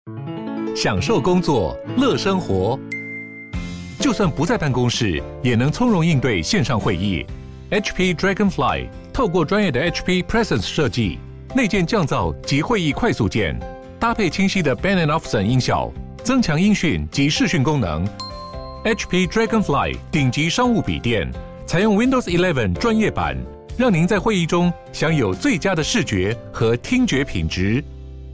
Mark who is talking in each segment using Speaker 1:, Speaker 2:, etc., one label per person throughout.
Speaker 1: 享受工作，乐生活。就算不在办公室，也能从容应对线上会议。HP Dragonfly 透过专业的 HP Presence 设计，内建降噪及会议快速键，搭配清晰的 Bang & Olufsen 音效，增强音讯及视讯功能。HP Dragonfly 顶级商务笔电，采用 Windows 11专业版，让您在会议中享有最佳的视觉和听觉品质。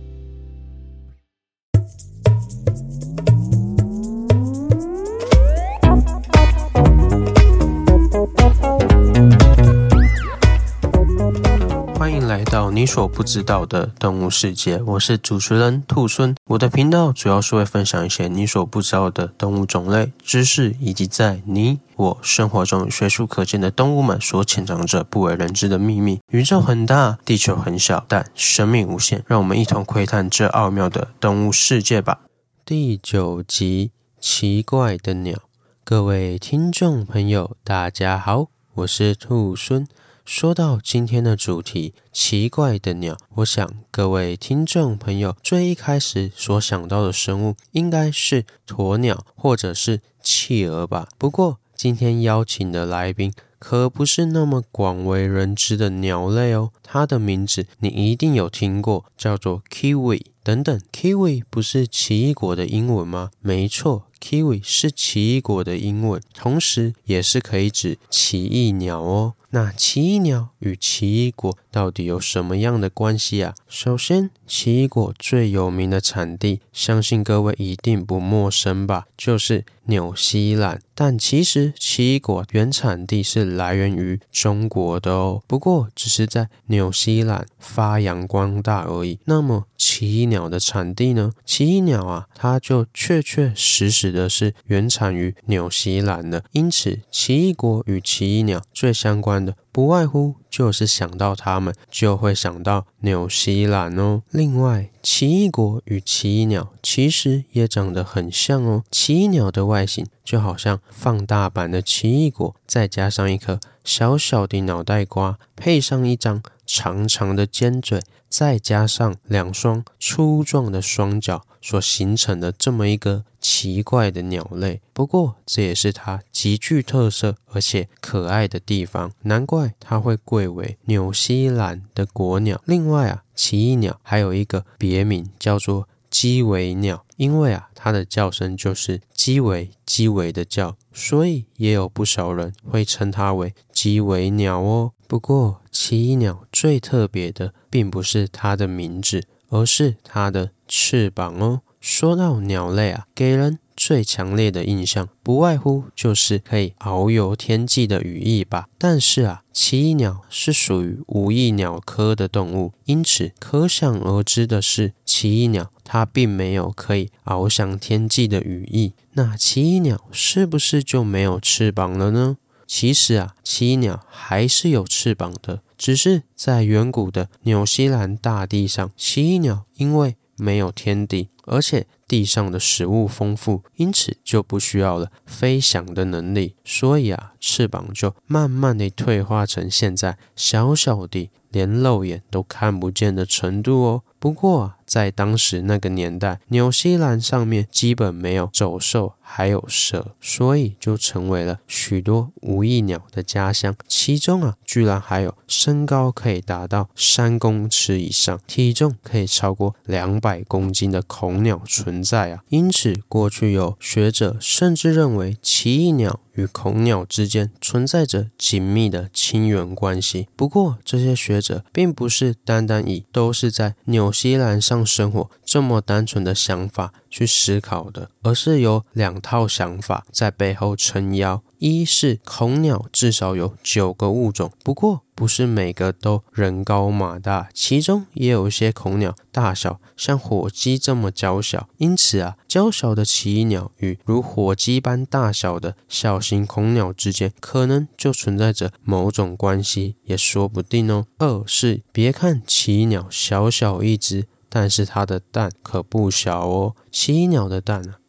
Speaker 2: 欢迎来到你所不知道的动物世界，我是主持人兔孙。我的频道主要是会分享一些你所不知道的动物种类、知识，以及在你我生活中随处可见的动物们所潜藏着不为人知的秘密。宇宙很大，地球很小，但生命无限。让我们一同窥探这奥妙的动物世界吧。第9集，奇怪的鸟。各位听众朋友，大家好，我是兔孙。说到今天的主题，奇怪的鸟，我想各位听众朋友最一开始所想到的生物应该是鸵鸟或者是企鹅吧。不过今天邀请的来宾可不是那么广为人知的鸟类哦，它的名字你一定有听过，叫做 Kiwi。等等 ，Kiwi 不是奇异果的英文吗？没错，Kiwi 是奇异果的英文，同时也是可以指奇异鸟哦。那奇异鸟与奇异果到底有什么样的关系啊？首先，奇异果最有名的产地，相信各位一定不陌生吧，就是纽西兰。但其实奇异果原产地是来源于中国的哦，不过只是在纽西兰发扬光大而已。那么奇异鸟的产地呢？奇异鸟啊，它就确确实实的是原产于纽西兰的，因此奇异果与奇异鸟最相关的不外乎就是想到它们就会想到纽西兰哦。另外，奇异果与奇异鸟其实也长得很像哦。奇异鸟的外形就好像放大版的奇异果，再加上一颗小小的脑袋瓜，配上一张长长的尖嘴，再加上2双粗壮的双脚所形成的这么一个奇怪的鸟类。不过这也是它极具特色而且可爱的地方，难怪它会贵为纽西兰的国鸟。另外啊，奇异鸟还有一个别名叫做鸡尾鸟，因为啊它的叫声就是鸡尾的叫，所以也有不少人会称它为鸡尾鸟哦。不过奇异鸟最特别的并不是它的名字，而是它的翅膀哦。说到鸟类啊，给人最强烈的印象不外乎就是可以遨游天际的羽翼吧。但是啊，奇异鸟是属于无翼鸟科的动物，因此可想而知的是，奇异鸟它并没有可以翱翔天际的羽翼。那奇异鸟是不是就没有翅膀了呢？其实啊，奇异鸟还是有翅膀的，只是在远古的纽西兰大地上，奇异鸟因为没有天敌，而且地上的食物丰富，因此就不需要了飞翔的能力，所以啊，翅膀就慢慢的退化成现在小小的连肉眼都看不见的程度哦。不过啊，在当时那个年代，纽西兰上面基本没有走兽还有蛇，所以就成为了许多无翼鸟的家乡。其中啊，居然还有身高可以达到3公尺以上，体重可以超过200公斤的恐鸟存在啊。因此过去有学者甚至认为奇异鸟与恐鸟之间存在着紧密的亲缘关系。不过这些学者并不是单单以都是在纽西兰上生活这么单纯的想法去思考的，而是有2套想法在背后撑腰。一是恐鸟至少有9个物种，不过不是每个都人高马大，其中也有一些恐鸟大小像火鸡这么娇小，因此啊，娇小的奇异鸟与如火鸡般大小的小型恐鸟之间可能就存在着某种关系，也说不定哦。2是别看奇异鸟小小一只，但是它的蛋可不小哦。奇异鸟的蛋啊，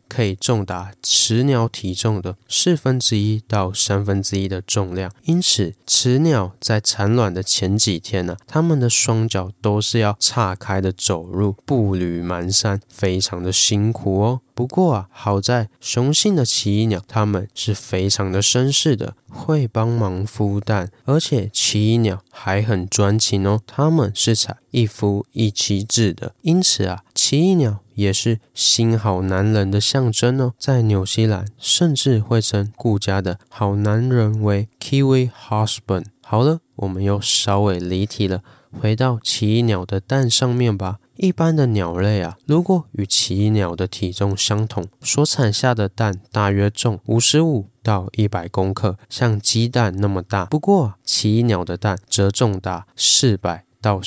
Speaker 2: 可以重达雌鸟体重的1/4到1/3的重量，因此雌鸟在产卵的前几天它们的双脚都是要岔开的走路，步履蹒跚，非常的辛苦哦。不过好在雄性的奇异鸟它们是非常的绅士的，会帮忙孵蛋，而且奇异鸟还很专情哦，它们是采一夫一妻制的，因此奇异鸟也是新好男人的象征哦。在纽西兰甚至会称顾家的好男人为 Kiwi Husband。 好了，我们又稍微离题了，回到奇异鸟的蛋上面吧。一般的鸟类如果与奇异鸟的体重相同，所产下的蛋大约重55到100公克，像鸡蛋那么大。不过奇异鸟的蛋则重达400到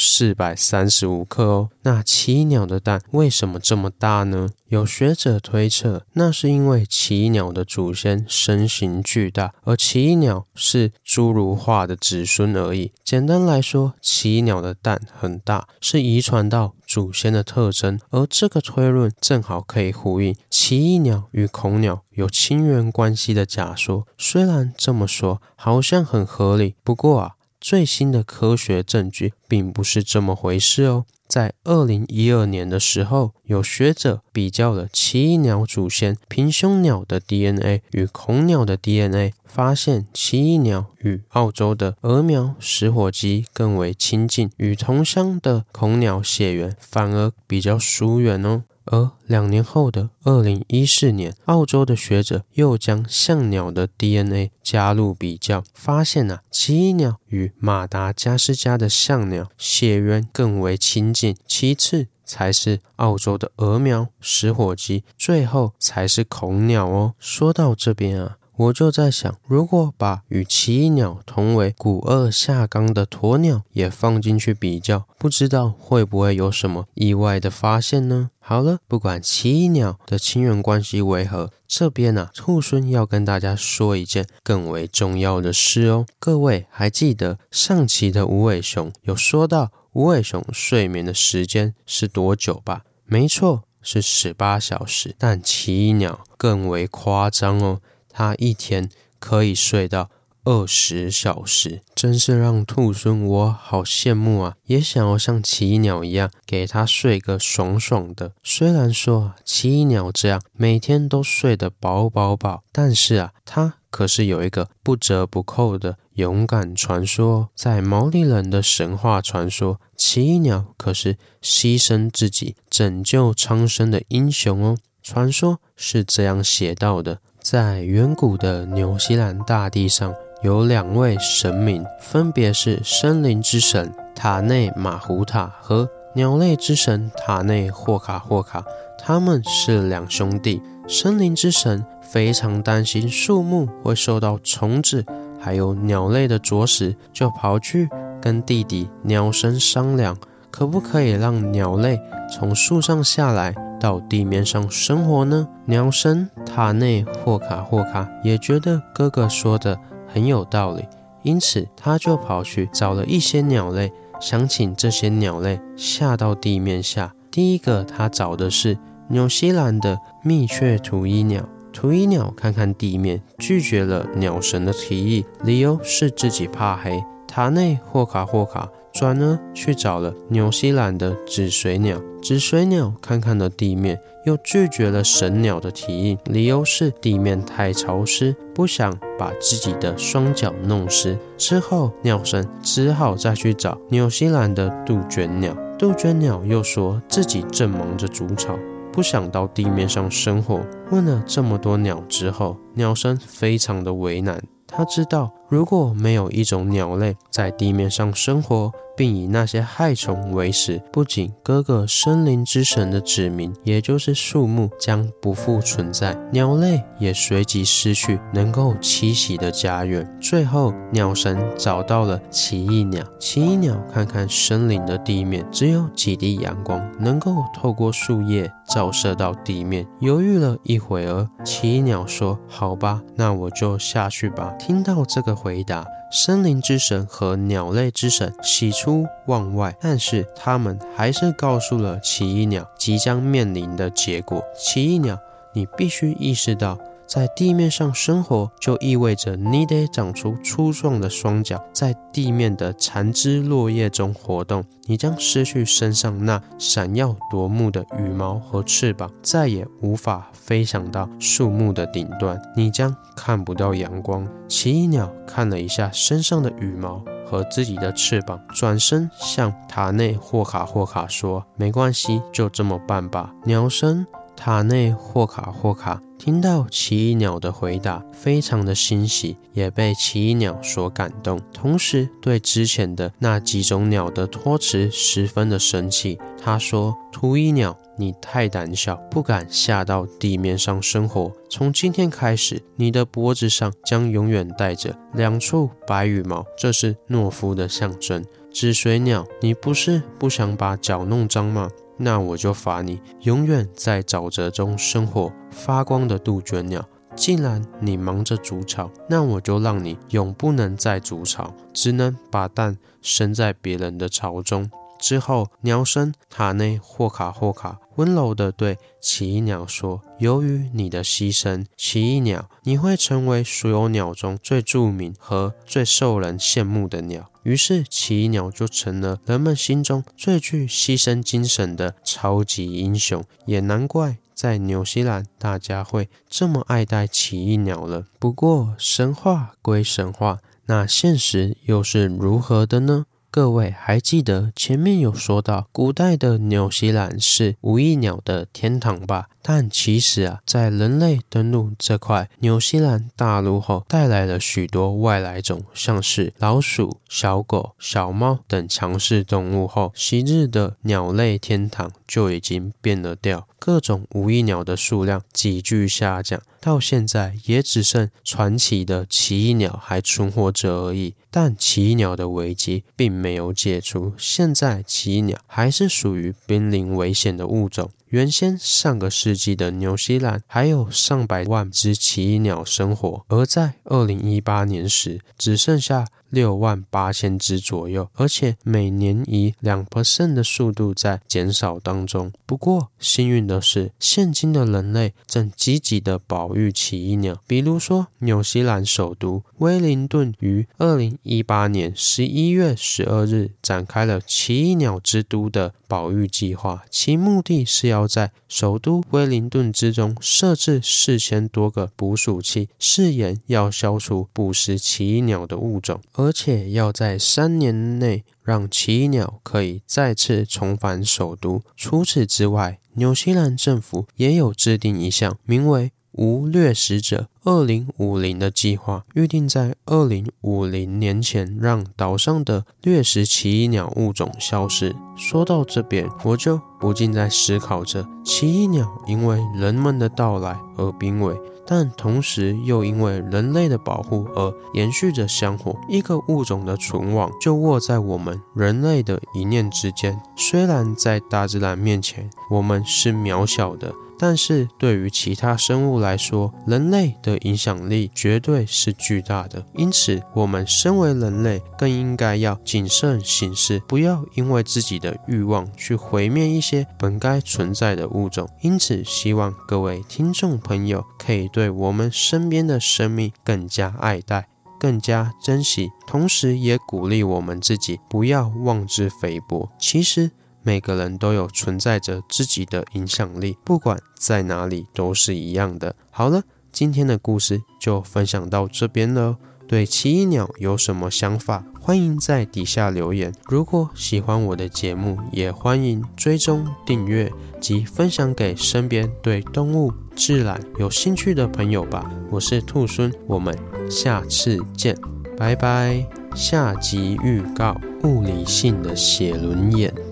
Speaker 2: 435克哦。那奇异鸟的蛋为什么这么大呢？有学者推测，那是因为奇异鸟的祖先身形巨大，而奇异鸟是侏儒化的子孙而已。简单来说，奇异鸟的蛋很大，是遗传到祖先的特征，而这个推论正好可以呼应奇异鸟与恐鸟有亲缘关系的假说。虽然这么说好像很合理，不过最新的科学证据并不是这么回事哦。在2012年的时候，有学者比较了奇异鸟祖先平胸鸟的 DNA 与恐鸟的 DNA， 发现奇异鸟与澳洲的鹅苗食火鸡更为亲近，与同乡的恐鸟血缘反而比较疏远哦。而2年后的2014年，澳洲的学者又将象鸟的 DNA 加入比较，发现奇异鸟与马达加斯加的象鸟血缘更为亲近，其次才是澳洲的鹅苗食火鸡，最后才是恐鸟哦。说到这边我就在想，如果把与奇异鸟同为古颚下纲的鸵鸟也放进去比较，不知道会不会有什么意外的发现呢？好了，不管奇异鸟的亲缘关系为何，这边兔孙要跟大家说一件更为重要的事哦。各位还记得上期的无尾熊有说到无尾熊睡眠的时间是多久吧？没错，是18小时。但奇异鸟更为夸张哦，它一天可以睡到20小时，真是让兔孙我好羡慕也想要像奇异鸟一样给它睡个爽爽的。虽然说奇异鸟这样每天都睡得饱饱饱，但是它可是有一个不折不扣的勇敢传说哦。在毛利人的神话传说，奇异鸟可是牺牲自己拯救苍生的英雄哦。传说是这样写到的，在远古的纽西兰大地上有2位神明，分别是森林之神塔内马胡塔和鸟类之神塔内霍卡霍卡，他们是2兄弟。森林之神非常担心树木会受到虫子还有鸟类的啄食，就跑去跟弟弟鸟神商量，可不可以让鸟类从树上下来到地面上生活呢？鸟神塔内霍卡霍卡也觉得哥哥说的很有道理，因此他就跑去找了一些鸟类，想请这些鸟类下到地面下。第一个他找的是纽西兰的蜜雀图伊鸟。图伊鸟看看地面，拒绝了鸟神的提议，理由是自己怕黑。塔内霍卡霍卡转而去找了纽西兰的紫水鸟。紫水鸟看看了地面，又拒绝了神鸟的提议，理由是地面太潮湿，不想把自己的双脚弄湿。之后鸟神只好再去找纽西兰的杜鹃鸟。杜鹃鸟又说自己正忙着筑巢，不想到地面上生活。问了这么多鸟之后，鸟神非常的为难。他知道如果没有一种鸟类在地面上生活，并以那些害虫为食，不仅哥哥森林之神的子民，也就是树木将不复存在，鸟类也随即失去能够栖息的家园。最后鸟神找到了奇异鸟。奇异鸟看看森林的地面，只有几滴阳光能够透过树叶照射到地面。犹豫了一会儿，奇异鸟说，好吧，那我就下去吧。听到这个回答，森林之神和鸟类之神喜出望外，但是他们还是告诉了奇异鸟即将面临的结果。奇异鸟你必须意识到，在地面上生活就意味着你得长出粗壮的双脚，在地面的残枝落叶中活动。你将失去身上那闪耀夺目的羽毛和翅膀，再也无法飞翔到树木的顶端，你将看不到阳光。奇异鸟看了一下身上的羽毛和自己的翅膀，转身向塔内霍卡霍卡说：没关系，就这么办吧。鸟声塔内霍卡霍卡听到奇异鸟的回答，非常的欣喜，也被奇异鸟所感动，同时对之前的那几种鸟的托辞十分的生气。他说：秃鹰鸟，你太胆小，不敢下到地面上生活。从今天开始，你的脖子上将永远带着2处白羽毛，这是懦夫的象征。紫水鸟，你不是不想把脚弄脏吗？那我就罚你永远在沼泽中生活。发光的杜鹃鸟，既然你忙着筑巢，那我就让你永不能再筑巢，只能把蛋生在别人的巢中。之后，鸟声塔内霍卡霍卡温柔地对奇异鸟说：由于你的牺牲，奇异鸟，你会成为所有鸟中最著名和最受人羡慕的鸟。于是奇异鸟就成了人们心中最具牺牲精神的超级英雄，也难怪在纽西兰大家会这么爱戴奇异鸟了。不过神话归神话，那现实又是如何的呢？各位还记得前面有说到古代的纽西兰是无翼鸟的天堂吧？但其实在人类登陆这块纽西兰大陆后，带来了许多外来种，像是老鼠、小狗、小猫等强势动物后，昔日的鸟类天堂就已经变了调，各种无翼鸟的数量急剧下降，到现在也只剩传奇的奇异鸟还存活着而已。但奇异鸟的危机并没有解除，现在奇异鸟还是属于濒临危险的物种。原先上个世纪的纽西兰还有上百万只奇异鸟生活，而在2018年时只剩下68000只左右，而且每年以 2% 的速度在减少当中。不过幸运的是，现今的人类正积极的保育奇异鸟，比如说纽西兰首都威灵顿于2018年11月12日展开了奇异鸟之都的保育计划，其目的是要在首都威灵顿之中设置4000多个捕鼠器，誓言要消除捕食奇异鸟的物种，而且要在3年内让奇异鸟可以再次重返首都。除此之外，纽西兰政府也有制定一项名为无掠食者2050的计划，预定在2050年前让岛上的掠食奇异鸟物种消失。说到这边，我就不禁在思考着，奇异鸟因为人们的到来而濒危，但同时又因为人类的保护而延续着香火。一个物种的存亡就握在我们人类的一念之间。虽然在大自然面前我们是渺小的，但是对于其他生物来说，人类的影响力绝对是巨大的。因此我们身为人类更应该要谨慎行事，不要因为自己的欲望去毁灭一些本该存在的物种。因此希望各位听众朋友可以对我们身边的生命更加爱戴，更加珍惜，同时也鼓励我们自己不要妄自菲薄。其实每个人都有存在着自己的影响力，不管在哪里都是一样的。好了，今天的故事就分享到这边了。对奇异鸟有什么想法，欢迎在底下留言。如果喜欢我的节目，也欢迎追踪订阅及分享给身边对动物自然有兴趣的朋友吧。我是兔孙，我们下次见，拜拜。下集预告：物理性的写轮眼。